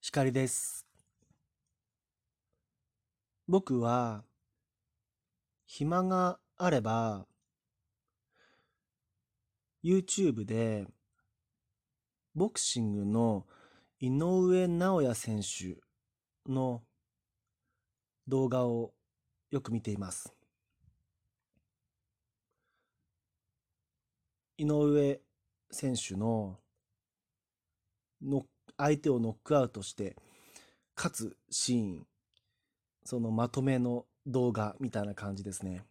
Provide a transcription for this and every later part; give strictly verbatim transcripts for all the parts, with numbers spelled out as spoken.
光です。僕は暇があれば YouTube でボクシングの井上尚弥選手の動画をよく見ています。井上選手のの相手をノックアウトして勝つシーン、そのまとめの動画みたいな感じですね。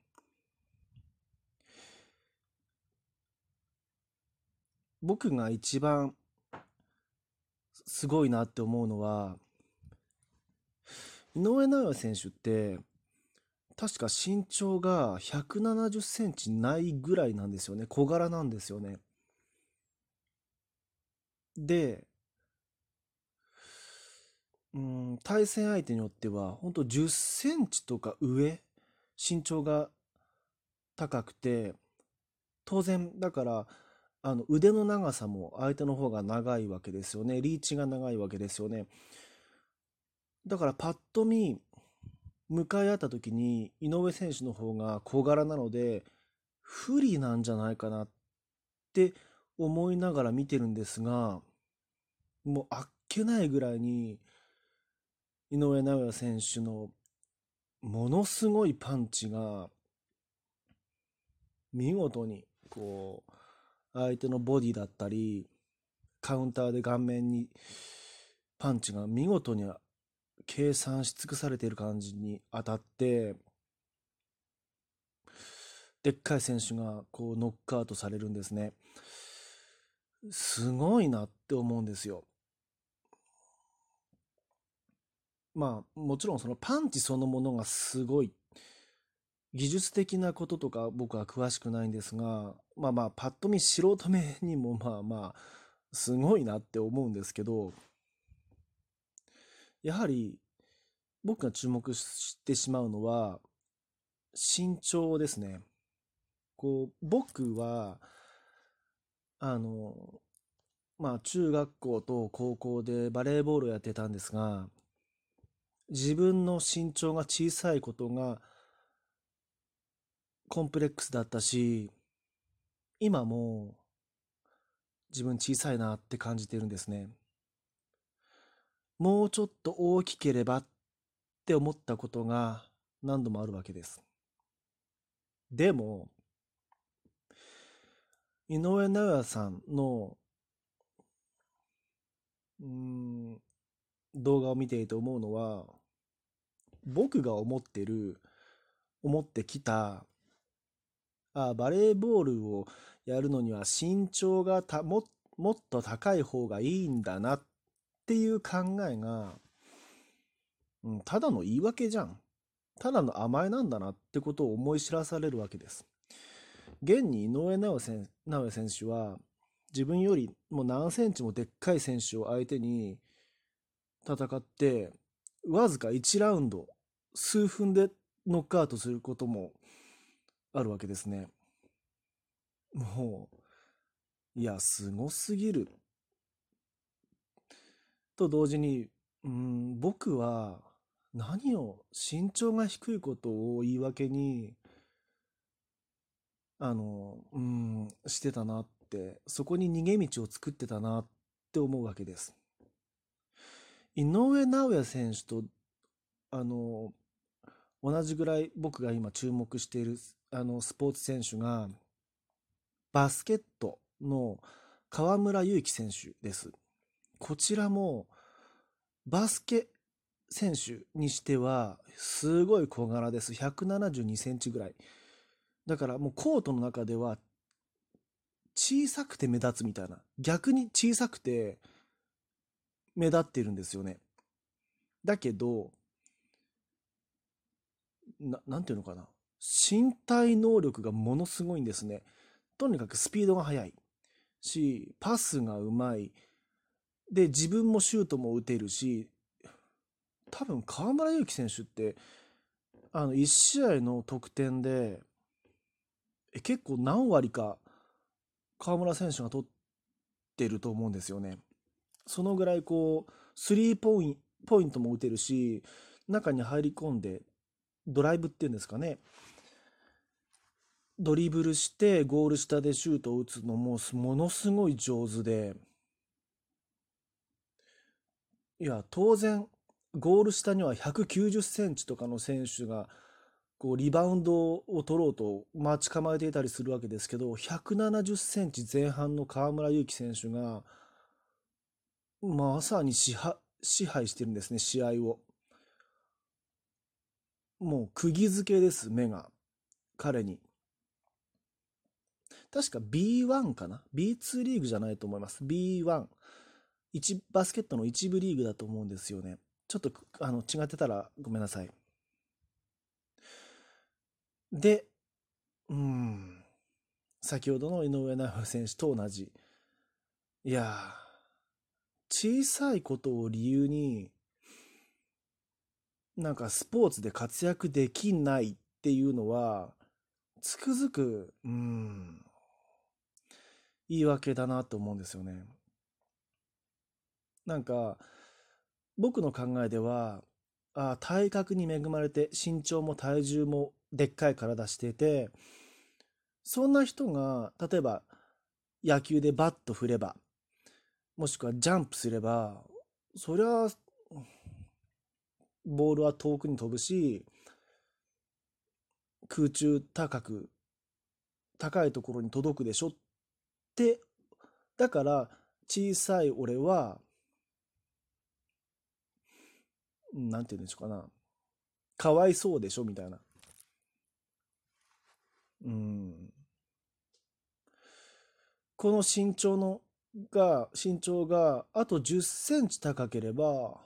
僕が一番すごいなって思うのは、井上尚弥選手って確か身長がひゃくななじゅっセンチないぐらいなんですよね。小柄なんですよね。で、うん、対戦相手によっては、ほんとじゅっセンチとか上、身長が高くて、当然、だから、あの腕の長さも相手の方が長いわけですよね。リーチが長いわけですよね。だからパッと見、向かい合った時に井上選手の方が小柄なので、不利なんじゃないかなって思いながら見てるんですが、もうあっけないぐらいに井上尚弥選手のものすごいパンチが見事にこう相手のボディだったりカウンターで顔面にパンチが見事に計算し尽くされている感じに当たって、でっかい選手がこうノックアウトされるんですね。すごいなって思うんですよ。まあもちろんそのパンチそのものがすごい技術的なこととか僕は詳しくないんですが、まあまあパッと見素人目にもまあまあすごいなって思うんですけど、やはり僕が注目してしまうのは身長ですね。こう僕はあのまあ中学校と高校でバレーボールをやってたんですが、自分の身長が小さいことがコンプレックスだったし、今も自分小さいなって感じてるんですね。もうちょっと大きければって思ったことが何度もあるわけです。でも、井上尚弥さんのうーん動画を見ていて思うのは、僕が思ってる、思ってきた、あ、バレーボールをやるのには身長がたも、もっと高い方がいいんだなっていう考えが、うん、ただの言い訳じゃん。ただの甘えなんだなってことを思い知らされるわけです。現に井上尚弥選尚弥選手は自分よりも何センチもでっかい選手を相手に戦ってわずかいちラウンド数分でノックアウトすることもあるわけですね。もういやすごすぎると同時に、うん、僕は何を身長が低いことを言い訳にあのうんしてたなって、そこに逃げ道を作ってたなって思うわけです。井上尚弥選手とあの同じぐらい僕が今注目しているあのスポーツ選手がバスケットの河村勇輝選手です。こちらもバスケ選手にしてはすごい小柄です。ひゃくななじゅうにセンチぐらい。だからもうコートの中では小さくて目立つみたいな。逆に小さくて目立っているんですよね。だけど、な、なんていうのかな。身体能力がものすごいんですね。とにかくスピードが速いし、パスがうまい。で、自分もシュートも打てるし、多分河村勇輝選手って、あの、いち試合の得点で、え結構何割か河村選手が取ってると思うんですよね。 そのぐらいこう、スリーポイント、ポイントも打てるし、中に入り込んで、ドライブっていうんですかね、ドリブルしてゴール下でシュートを打つのもものすごい上手で、いや、当然、ゴール下にはひゃくきゅうじゅっセンチとかの選手が、こう、リバウンドを取ろうと待ち構えていたりするわけですけど、ひゃくななじゅっセンチ前半の河村勇輝選手が、まさに支配、支配してるんですね、試合を。もう釘付けです、目が。彼に。確か ビーワン かな？ ビーツー リーグじゃないと思います。ビーワン。一バスケットの一部リーグだと思うんですよね。ちょっとあの違ってたらごめんなさい。で、うーん、先ほどの井上尚弥選手と同じ。いやー、小さいことを理由に、なんかスポーツで活躍できないっていうのは、つくづく、うーん、言い訳だなと思うんですよね。なんか、僕の考えでは、あ、体格に恵まれて身長も体重もでっかい体してて、そんな人が例えば野球でバット振れば、もしくはジャンプすれば、そりゃボールは遠くに飛ぶし、空中高く高いところに届くでしょって、だから小さい俺は、なんて言うんでしょうかな、かわいそうでしょみたいな。うん。この身長のが、身長があとじゅっセンチ高ければ、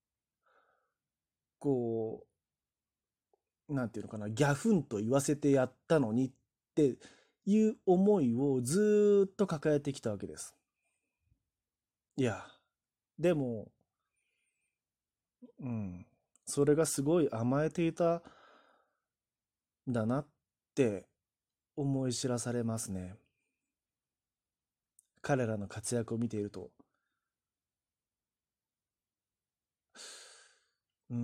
こう、なんていうのかな、ギャフンと言わせてやったのにっていう思いをずーっと抱えてきたわけです。いや、でも、うん、それがすごい甘えていたんだなって思い知らされますね。彼らの活躍を見ていると。うん。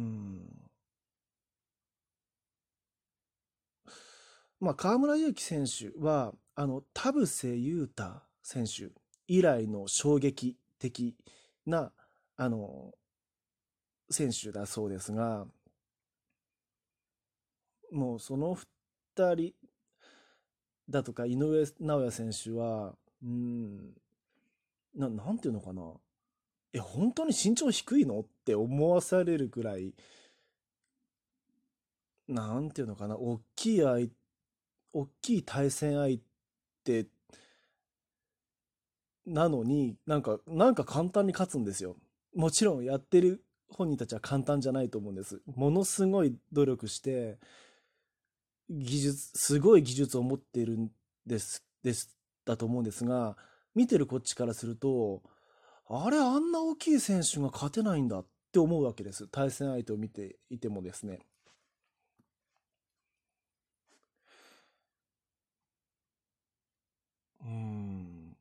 まあ、河村勇輝選手は、あの、田臥勇太選手以来の衝撃的な、あの、選手だそうですが、もうそのふたりだとか井上尚弥選手は、うん、な、なんていうのかな。え、本当に身長低いのって思わされるくらい、なんていうのかな、大きい相、大きい対戦相手なのに、なんか、なんか簡単に勝つんですよ。もちろんやってる本人たちは簡単じゃないと思うんです。ものすごい努力して、技術、すごい技術を持っているんです、です、だと思うんですが、見てるこっちからすると、あれ、あんな大きい選手が勝てないんだって思うわけです。対戦相手を見ていてもですね。うーん。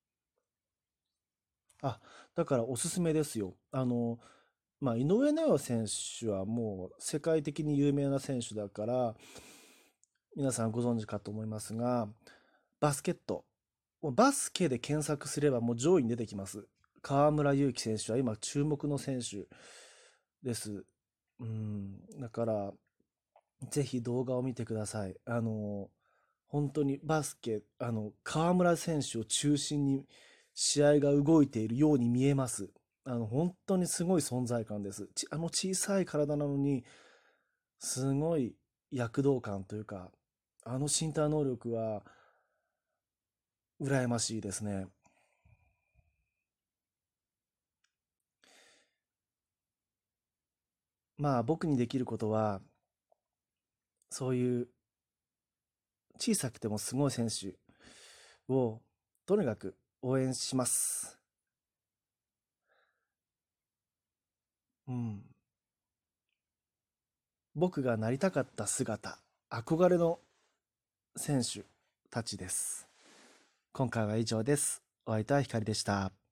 あ、だからおすすめですよ。あの、まあ、井上尚弥選手はもう世界的に有名な選手だから、皆さんご存知かと思いますが、バスケット。もうバスケで検索すればもう上位に出てきます。河村勇輝選手は今注目の選手です。うん。だから、ぜひ動画を見てください。あの、本当にバスケ、あの、河村選手を中心に試合が動いているように見えます。あの、本当にすごい存在感です。ちあの小さい体なのに、すごい躍動感というか、あの身体能力は羨ましいですね。まあ僕にできることは、そういう小さくてもすごい選手をとにかく応援します。うん。僕がなりたかった姿、憧れの選手たちです。今回は以上です。お相手は光でした。